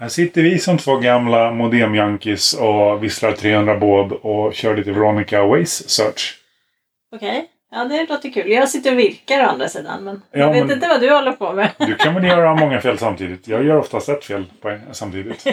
Här sitter vi som två gamla modemjunkies och visslar 300 baud och kör lite Veronica Waze Search. Okej. Ja, det låter kul. Jag sitter och virkar å andra sidan, men jag vet inte vad du håller på med. Du kan väl göra många fel samtidigt. Jag gör oftast ett fel samtidigt.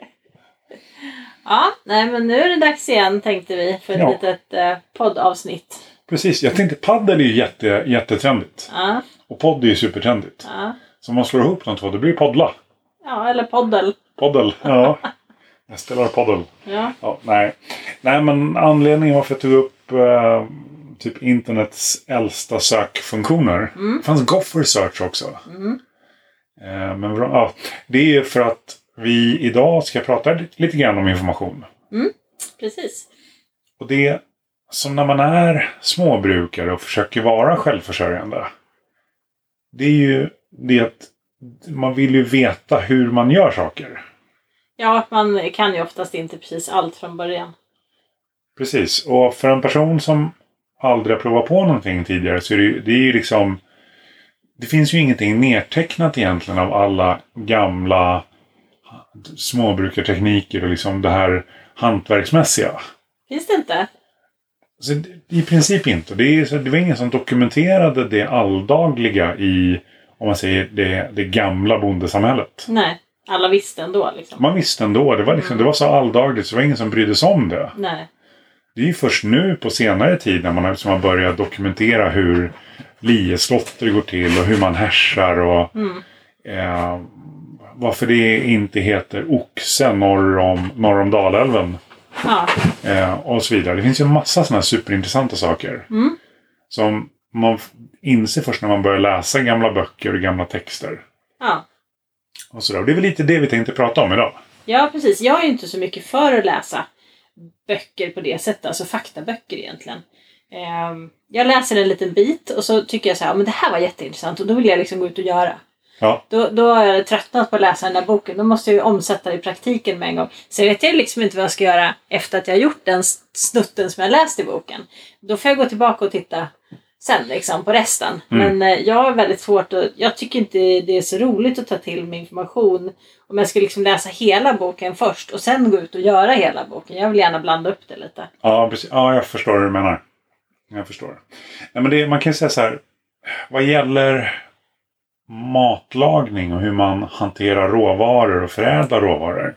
Ja, nej men nu är det dags igen, tänkte vi, för ett litet poddavsnitt. Precis, jag tänkte paddel är ju jättetrendigt. Ja. Och podd är ju supertrendigt. Ja. Så om man slår ihop de två, då blir det poddla. Ja, eller poddel. Poddel, ja. Jag spelar poddel. Ja. Ja, nej, men anledningen varför jag tog upp typ internets äldsta sökfunktioner. Det fanns Gopher Search också. Men ja, det är för att vi idag ska prata lite grann om information. Precis. Och det som när man är småbrukare och försöker vara självförsörjande. Det är ju det att man vill ju veta hur man gör saker. Ja, man kan ju oftast inte precis allt från början. Precis, och för en person som aldrig har provat på någonting tidigare så är det är ju liksom... Det finns ju ingenting nedtecknat egentligen av alla gamla småbrukartekniker och liksom det här hantverksmässiga. Finns det inte? Så i princip inte. Det var ingen som dokumenterade det alldagliga i, om man säger, det gamla bondesamhället. Nej, alla visste ändå liksom. Man visste ändå. Det var, liksom, det var så alldagligt så det var ingen som brydde sig om det. Nej. Det är ju först nu på senare tid när man har börjat dokumentera hur lieslotter går till och hur man härsar och varför det inte heter oxe norr om Dalälven. Ja. Och så vidare. Det finns ju en massa sådana här superintressanta saker. Som man inser först när man börjar läsa gamla böcker och gamla texter. Ja. Och sådär. Och det är väl lite det vi tänkte prata om idag. Ja, precis. Jag är ju inte så mycket för att läsa böcker på det sättet. Alltså faktaböcker egentligen. Jag läser en liten bit och så tycker jag så här, men det här var jätteintressant och då vill jag liksom gå ut och göra. Ja. Då har jag tröttnat på att läsa den där boken. Då måste jag ju omsätta det i praktiken med en gång. Så vet jag liksom inte vad jag ska göra efter att jag har gjort den snutten som jag läst i boken. Då får jag gå tillbaka och titta sen liksom på resten. Men jag har väldigt svårt att... Jag tycker inte det är så roligt att ta till mig information. Om jag ska liksom läsa hela boken först och sen gå ut och göra hela boken. Jag vill gärna blanda upp det lite. Ja, precis. Ja, jag förstår hur du menar. Jag förstår. Nej, men man kan ju säga så här. Vad gäller matlagning och hur man hanterar råvaror och förädlar råvaror.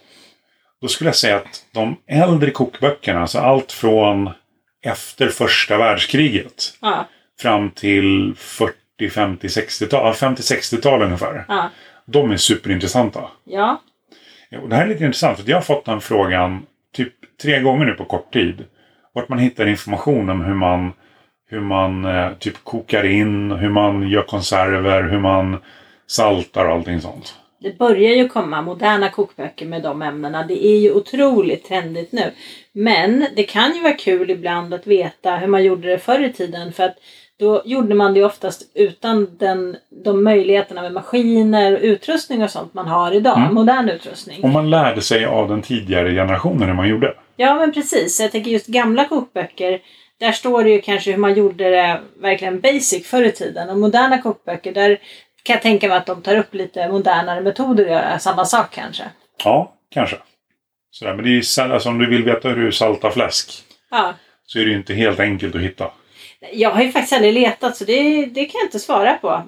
Då skulle jag säga att de äldre kokböckerna, alltså allt från efter första världskriget fram till 40, 50, 60-tal, 50-60-tal ungefär. De är superintressanta. Ja. Och det här är lite intressant för jag har fått den frågan typ 3 gånger nu på kort tid. Vart man hittar information om hur man typ kokar in, hur man gör konserver, hur man saltar och allting sånt. Det börjar ju komma moderna kokböcker med de ämnena. Det är ju otroligt trendigt nu. Men det kan ju vara kul ibland att veta hur man gjorde det förr i tiden. För att då gjorde man det oftast utan de möjligheterna med maskiner och utrustning och sånt man har idag. Modern utrustning. Och man lärde sig av den tidigare generationen hur man gjorde. Ja, men precis. Jag tänker just gamla kokböcker. Där står det ju kanske hur man gjorde det verkligen basic förr i tiden. Och moderna kokböcker, där kan jag tänka mig att de tar upp lite modernare metoder att göra samma sak kanske. Ja, kanske. Sådär, men det är ju, alltså, om du vill veta hur du saltar fläsk så är det ju inte helt enkelt att hitta. Jag har ju faktiskt aldrig letat så det kan jag inte svara på.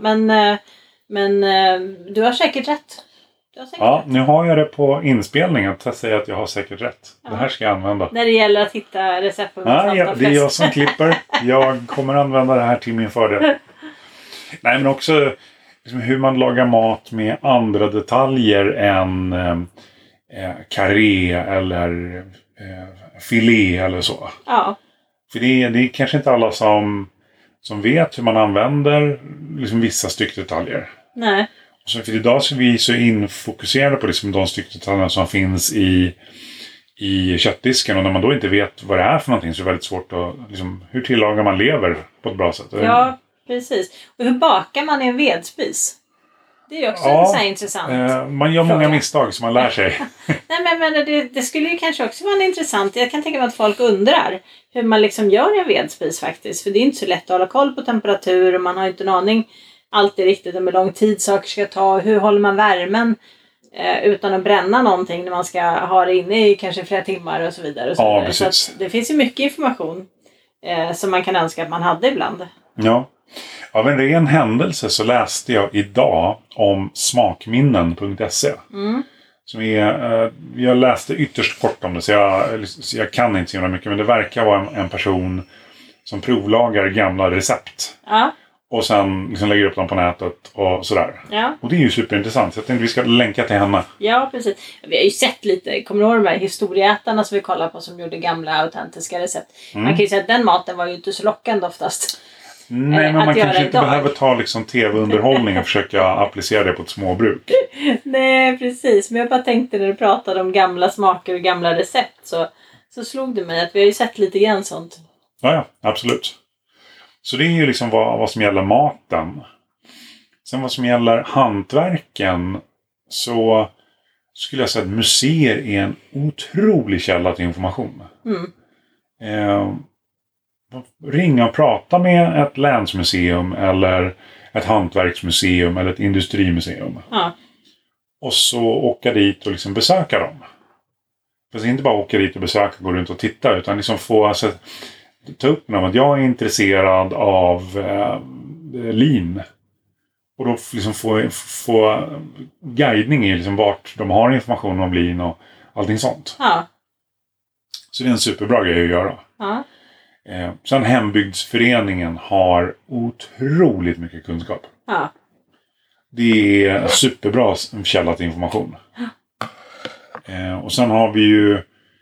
Men du har säkert rätt. Nu har jag det på inspelningen att säga att jag har säkert rätt. Ja. Det här ska jag använda. När det gäller att hitta recept på salta fläsk. Det är jag som klipper. Jag kommer använda det här till min fördel. Nej, men också liksom hur man lagar mat med andra detaljer än karré eller filé eller så. Ja. För det är kanske inte alla som vet hur man använder liksom vissa styckdetaljer. Nej. Så för idag så är vi så infokuserade på liksom de styckdetaljerna som finns i köttdisken. Och när man då inte vet vad det är för någonting så är det väldigt svårt att... Liksom, hur tillagar man lever på ett bra sätt? Ja, precis. Och hur bakar man i en vedspis? Det är ju också en sån här intressant man gör många misstag som man lär sig. Nej, men det skulle ju kanske också vara en intressant... Jag kan tänka mig att folk undrar hur man liksom gör en vedspis faktiskt. För det är inte så lätt att hålla koll på temperatur och man har inte en aning alltid riktigt om hur lång tid saker ska ta. Hur håller man värmen? utan att bränna någonting när man ska ha det inne i kanske flera timmar och så vidare. Och så vidare. Så att det finns ju mycket information som man kan önska att man hade ibland. Ja. Av en ren händelse så läste jag idag om smakminnen.se. Som jag läste ytterst kort om det, så jag kan inte så mycket, men det verkar vara en person som provlagar gamla recept. Ja. Och sen liksom lägger upp dem på nätet och sådär. Ja. Och det är ju superintressant, så jag tänkte vi ska länka till henne. Ja, precis. Vi har ju sett lite, kommer du ihåg de här historieätarna som vi kollar på som gjorde gamla autentiska recept? Man kan ju säga att den maten var ju inte så lockande oftast. Nej, men man kanske inte behöver ta liksom tv-underhållning och försöka applicera det på ett småbruk. Nej, precis. Men jag bara tänkte när du pratade om gamla smaker och gamla recept så slog det mig att vi har ju sett lite grann sånt. Ja, absolut. Så det är ju liksom vad som gäller maten. Sen vad som gäller hantverken så skulle jag säga att museer är en otrolig källa till information. Ringa och prata med ett länsmuseum eller ett hantverksmuseum eller ett industrimuseum. Ja. Och så åka dit och liksom besöka dem. För inte bara åka dit och besöka, gå runt och titta, utan liksom få ta upp med dem att jag är intresserad av lin. Och då liksom få guidning i liksom vart de har information om lin och allting sånt. Ja. Så det är en superbra grej att göra. Ja. Sen hembygdsföreningen har otroligt mycket kunskap. Ja. Det är superbra källa till information. Och sen har vi ju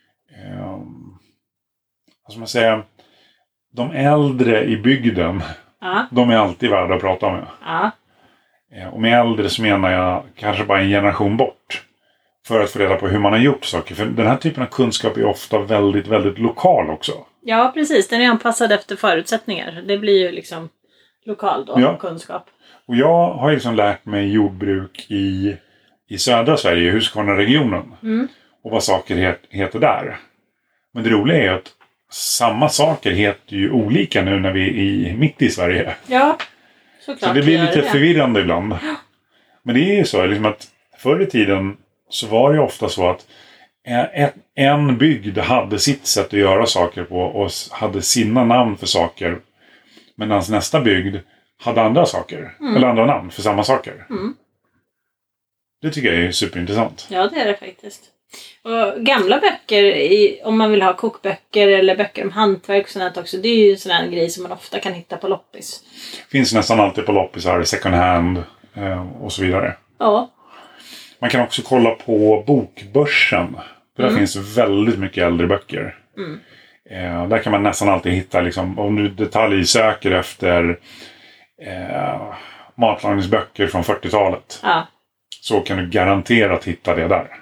vad ska man säga, de äldre i bygden. De är alltid värda att prata med. Och med äldre så menar jag kanske bara en generation bort. För att få reda på hur man har gjort saker. För den här typen av kunskap är ofta väldigt, väldigt lokal också. Ja, precis. Den är anpassad efter förutsättningar. Det blir ju liksom lokal då, kunskap. Och jag har ju liksom lärt mig jordbruk i södra Sverige, Husqvarna-regionen. Och vad saker heter där. Men det roliga är ju att samma saker heter ju olika nu när vi är mitt i Sverige. Ja, såklart. Så det blir lite förvirrande ibland. Men det är ju så liksom att förr i tiden så var det ofta så att en bygd hade sitt sätt att göra saker på och hade sina namn för saker. Medan nästa bygd hade andra saker. Eller andra namn för samma saker. Det tycker jag är superintressant. Ja, det är det faktiskt. Och gamla böcker, om man vill ha kokböcker eller böcker om hantverk och sånt också, det är ju sådana grejer som man ofta kan hitta på loppis. Finns nästan alltid på loppisar, second hand och så vidare. Ja. Man kan också kolla på bokbörsen. För där finns väldigt mycket äldre böcker. Där kan man nästan alltid hitta, liksom, om du detaljsöker efter matlagningsböcker från 40-talet. Så kan du garanterat hitta det där.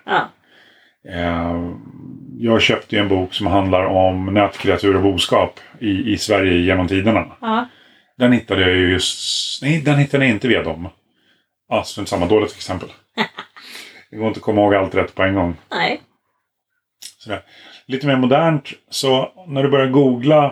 Jag köpte ju en bok som handlar om nötkreatur och boskap i Sverige genom tiderna. Den hittade jag ju just... Nej, den hittade jag inte via dem. Strunt samma, dåligt exempel. Det går inte att komma ihåg allt rätt på en gång. Nej. Sådär. Lite mer modernt, så när du börjar googla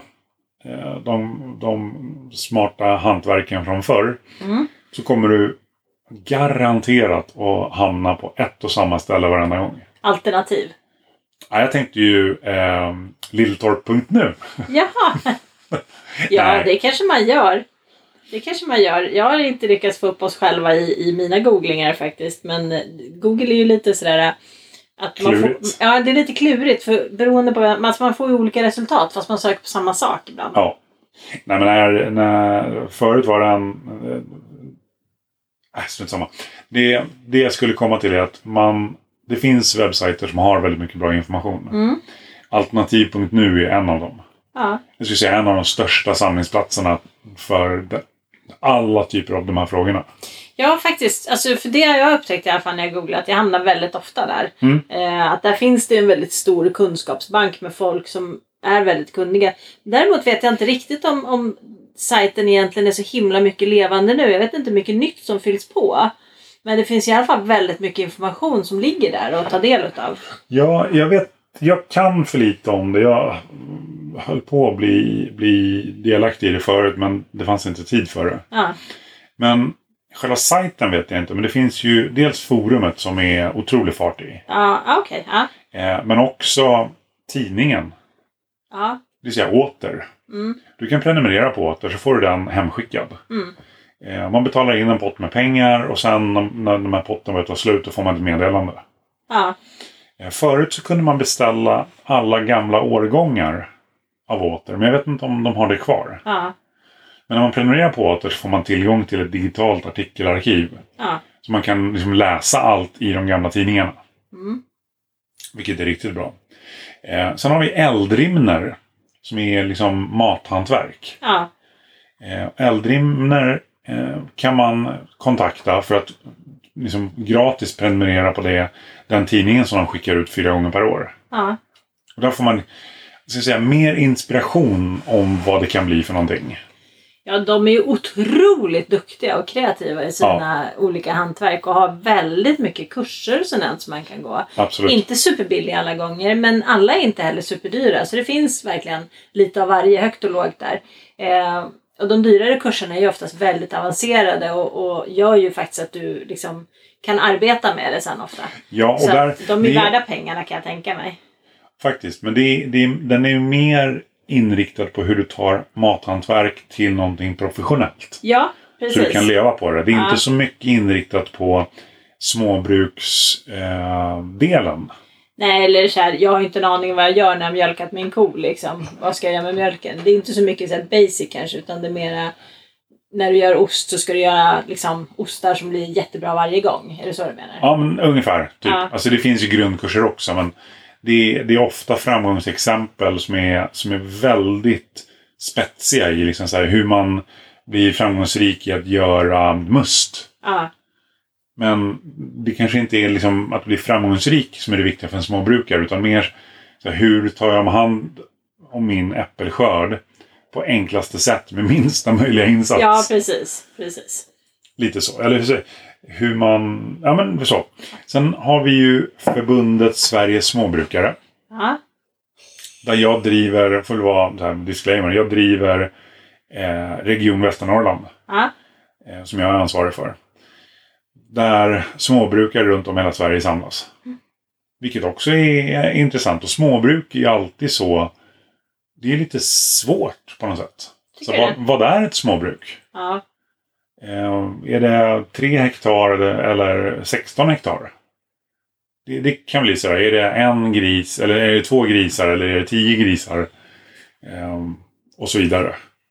de smarta hantverken från förr så kommer du garanterat att hamna på ett och samma ställe varenda gång. Alternativ? Ja, jag tänkte ju Lilltorp.nu. Jaha. Ja, det kanske man gör. Jag har inte lyckats få upp oss själva i mina googlingar faktiskt. Men Google är ju lite sådär att man får, ja, det är lite klurigt. För beroende på att man får ju olika resultat fast man söker på samma sak ibland. Ja. Nej, men när förut var det strunt samma. Det jag skulle komma till är att det finns webbsajter som har väldigt mycket bra information. Alternativ.nu är en av dem. Ja. Jag skulle säga en av de största samlingsplatserna för alla typer av de här frågorna. Ja, faktiskt. Alltså, för det har jag upptäckt i alla fall när jag googlat. Att jag hamnar väldigt ofta där. Att där finns det en väldigt stor kunskapsbank med folk som är väldigt kunniga. Däremot vet jag inte riktigt om sajten egentligen är så himla mycket levande nu. Jag vet inte hur mycket nytt som fylls på. Men det finns i alla fall väldigt mycket information som ligger där och ta del av. Ja, jag kan för lite om det. Jag höll på att bli delaktig i det förut, men det fanns inte tid för det. Ja. Men Själva sajten vet jag inte, men det finns ju dels forumet som är otrolig fart i. Ja, okej. Ja. Men också tidningen. Ja. Det vill säga Åter. Du kan prenumerera på Åter så får du den hemskickad. Man betalar in en pott med pengar och sen när de här potten börjar ta slut då får man ett meddelande. Ja. Förut så kunde man beställa alla gamla årgångar av Åter. Men jag vet inte om de har det kvar. Ja. Men när man prenumererar på Åter så får man tillgång till ett digitalt artikelarkiv. Ja. Så man kan liksom läsa allt i de gamla tidningarna. Vilket är riktigt bra. Sen har vi Eldrimner. Som är liksom mathantverk. Ja. Eldrimner kan man kontakta för att liksom gratis prenumerera på den tidningen som de skickar ut 4 gånger per år. Ja. Och där får man mer inspiration om vad det kan bli för någonting. Ja, de är ju otroligt duktiga och kreativa i sina olika hantverk och har väldigt mycket kurser och sådant som man kan gå. Absolut. Inte superbilliga alla gånger, men alla är inte heller superdyra. Så det finns verkligen lite av varje, högt och lågt där. Och de dyrare kurserna är ju oftast väldigt avancerade och gör ju faktiskt att du liksom kan arbeta med det sen ofta. Ja, och så där, de är värda pengarna kan jag tänka mig. Faktiskt, men den är ju mer inriktad på hur du tar mathantverk till någonting professionellt. Ja, precis. Så du kan leva på det. Det är inte så mycket inriktat på småbruksdelen. Nej, eller så här, jag har inte en aning vad jag gör när jag mjölkat min ko liksom. Vad ska jag göra med mjölken? Det är inte så mycket så här basic kanske, utan det är mera när du gör ost så ska du göra liksom ostar som blir jättebra varje gång. Är det så du menar? Ja, men ungefär. Typ. Ja. Alltså det finns ju grundkurser också, men det är ofta framgångsexempel som är väldigt spetsiga i liksom så här, hur man blir framgångsrik i att göra must. Ja. Men det kanske inte är liksom att bli framgångsrik som är det viktiga för en småbrukare, utan mer så här, hur tar jag hand om min äppelskörd på enklaste sätt med minsta möjliga insats. Ja, precis. Lite så. Eller hur man... Ja, men så. Sen har vi ju förbundet Sveriges småbrukare. Ja. Där jag driver, för att vara så här, disclaimer, jag driver Region Västernorrland. Ja. Som jag är ansvarig för. Där småbrukare runt om hela Sverige samlas. Vilket också är intressant. Och småbruk är ju alltid så... Det är lite svårt på något sätt. Så vad är ett småbruk? Ja. Är det 3 hektar eller 16 hektar? Det kan bli så här. Är det en gris eller är det 2 grisar eller är det 10 grisar? Och så vidare.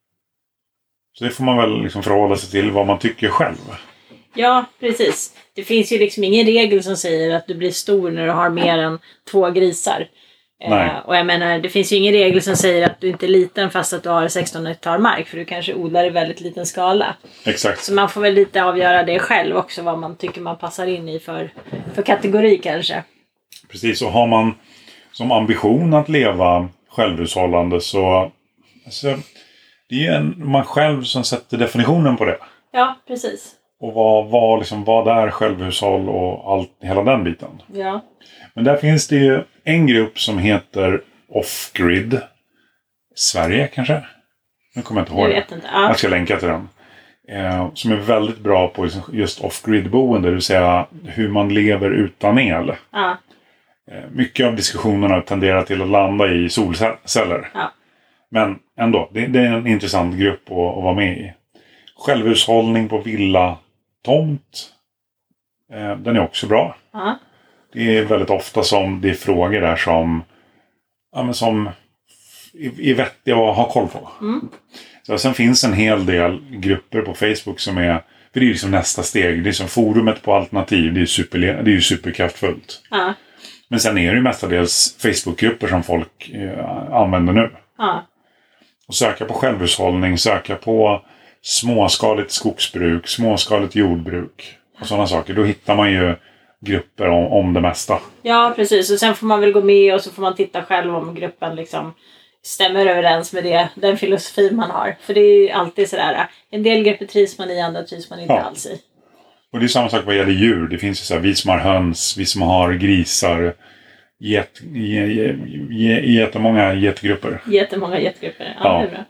Så det får man väl liksom förhålla sig till vad man tycker själv. Ja, precis. Det finns ju liksom ingen regel som säger att du blir stor när du har mer än 2 grisar. Och jag menar, det finns ju ingen regel som säger att du inte är liten fast att du har 16 hektar mark. För du kanske odlar i väldigt liten skala. Exakt. Så man får väl lite avgöra det själv också. Vad man tycker man passar in i för kategori kanske. Precis, och har man som ambition att leva självhushållande så... Alltså, det är man själv som sätter definitionen på det. Ja, precis. Och vad är självhushåll och hela den biten. Ja. Men där finns det ju en grupp som heter Off-Grid Sverige kanske? Nu kommer jag inte ihåg jag det. vet inte. Ja. Jag ska länka till den. Som är väldigt bra på just off-grid-boende. Det vill säga hur man lever utan el. Ja. Mycket av diskussionerna tenderar till att landa i solceller. Ja. Men ändå, det är en intressant grupp att vara med i. Självhushållning på villa-tomt. Den är också bra. Ja. Det är väldigt ofta som det är frågor där som är vettiga att ha koll på. Så sen finns en hel del grupper på Facebook som är... För det är liksom nästa steg. Det är som forumet på alternativ. Det är ju superkraftfullt. Ja. Men sen är det ju mestadels Facebookgrupper som folk använder nu. Ja. Och söka på självhushållning, söka på småskaligt skogsbruk, småskaligt jordbruk och sådana saker. Då hittar man ju grupper om det mesta. Ja, precis. Och sen får man väl gå med och så får man titta själv om gruppen liksom stämmer överens med den filosofi man har. För det är ju alltid sådär, en del grupper trivs man i, andra trivs man inte alls i. Och det är samma sak vad gäller djur. Det finns ju så här, vi som har höns, vi som har grisar, jättemånga getgrupper. Jättemånga getgrupper, ja. Det är bra.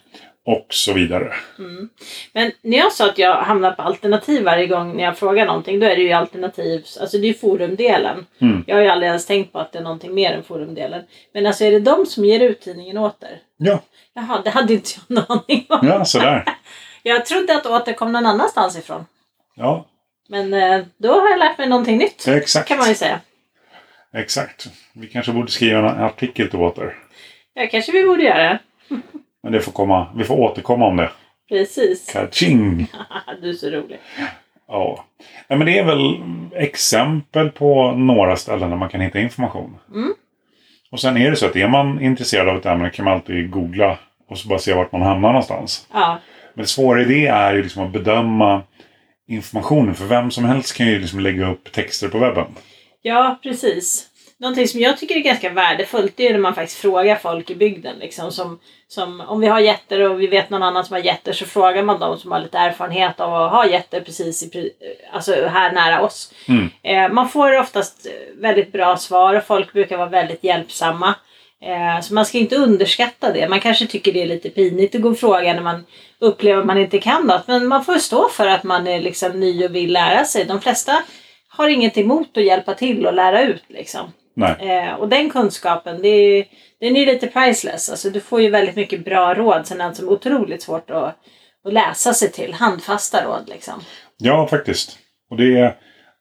och så vidare. Men när jag sa att jag hamnar på alternativ varje gång när jag frågar någonting, då är det ju alternativ, alltså det är ju forumdelen. Jag har ju aldrig ens tänkt på att det är någonting mer än forumdelen. Men alltså är det de som ger ut tidningen åter? Ja. Jaha, det hade inte jag någon aning om. Ja, sådär. Jag trodde att åter kom någon annanstans ifrån. Ja. Men då har jag lärt mig någonting nytt. Exakt. Kan man ju säga. Exakt. Vi kanske borde skriva en artikel till åter. Ja, kanske vi borde göra. Men det får komma. Vi får återkomma om det. Precis. Kaching! Du är så rolig. Ja. Nej, men det är väl exempel på några ställen där man kan hitta information. Och sen är det så att är man intresserad av ett ämne kan man alltid googla och så bara se vart man hamnar någonstans. Ja. Men det svåra i det är ju liksom att bedöma informationen. För vem som helst kan ju liksom lägga upp texter på webben. Ja, precis. Någonting som jag tycker är ganska värdefullt, det är när man faktiskt frågar folk i bygden. Liksom, som om vi har getter och vi vet någon annan som har getter, så frågar man dem som har lite erfarenhet av att ha getter precis alltså här nära oss. Man får oftast väldigt bra svar och folk brukar vara väldigt hjälpsamma. Så man ska inte underskatta det. Man kanske tycker det är lite pinigt att gå och fråga när man upplever att man inte kan något. Men man får stå för att man är liksom ny och vill lära sig. De flesta har inget emot att hjälpa till och lära ut liksom. Och den kunskapen, den är lite priceless. Alltså, du får ju väldigt mycket bra råd. Sen är det otroligt svårt att läsa sig till. Handfasta råd liksom. Ja, faktiskt. Och det är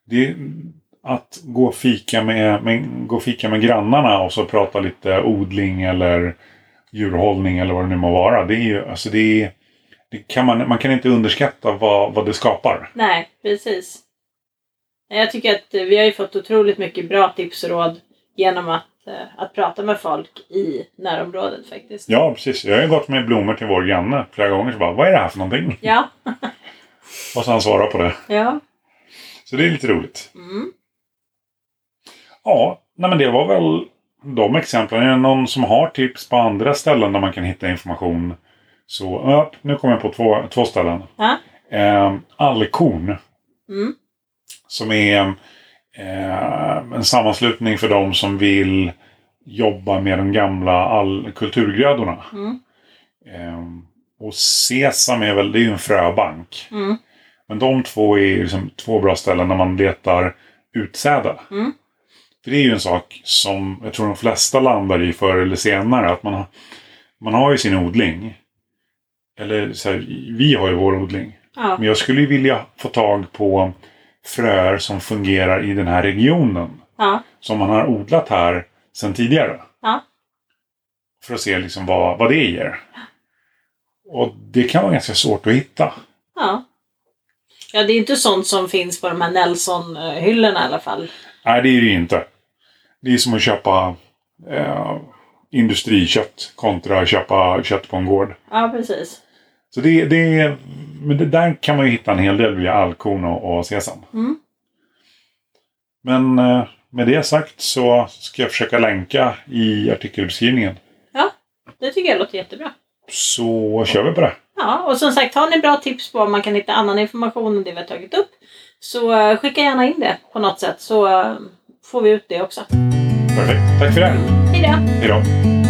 att gå och fika med grannarna och så prata lite odling eller djurhållning eller vad det nu må vara. Det är ju, alltså man kan inte underskatta vad det skapar. Nej, precis. Jag tycker att vi har ju fått otroligt mycket bra tips och råd genom att prata med folk i närområdet faktiskt. Ja, precis. Jag har ju gått med blommor till vår granne flera gånger så bara, vad är det här för någonting? Ja. Och så han svarar på det. Ja. Så det är lite roligt. Ja, men det var väl de exemplen. Är det någon som har tips på andra ställen där man kan hitta information? Så, nu kommer jag på två ställen. Alkorn. Som är en sammanslutning för de som vill jobba med de gamla kulturgrödorna. Och Sesam är väl, det är ju en fröbank. Men de två är liksom två bra ställen när man letar utsäde. För det är ju en sak som jag tror de flesta landar i förr eller senare. Att man har ju sin odling. Eller så här, vi har ju vår odling. Men jag skulle ju vilja få tag på fröer som fungerar i den här regionen. Som man har odlat här sedan tidigare. För att se liksom vad det ger. Och det kan vara ganska svårt att hitta. Ja, det är inte sånt som finns på de här Nelson-hyllorna i alla fall. Nej, det är det inte. Det är som att köpa industrikött kontra att köpa kött på en gård. Ja, precis. Så men det där kan man ju hitta en hel del via Alkorn och Sesam. Men med det sagt så ska jag försöka länka i artikelbeskrivningen. Ja, det tycker jag låter jättebra. Så kör vi på det. Ja, och som sagt, har ni bra tips på om man kan hitta annan information än det vi har tagit upp, så skicka gärna in det på något sätt så får vi ut det också. Perfekt, tack för det. Hej då. Hej då.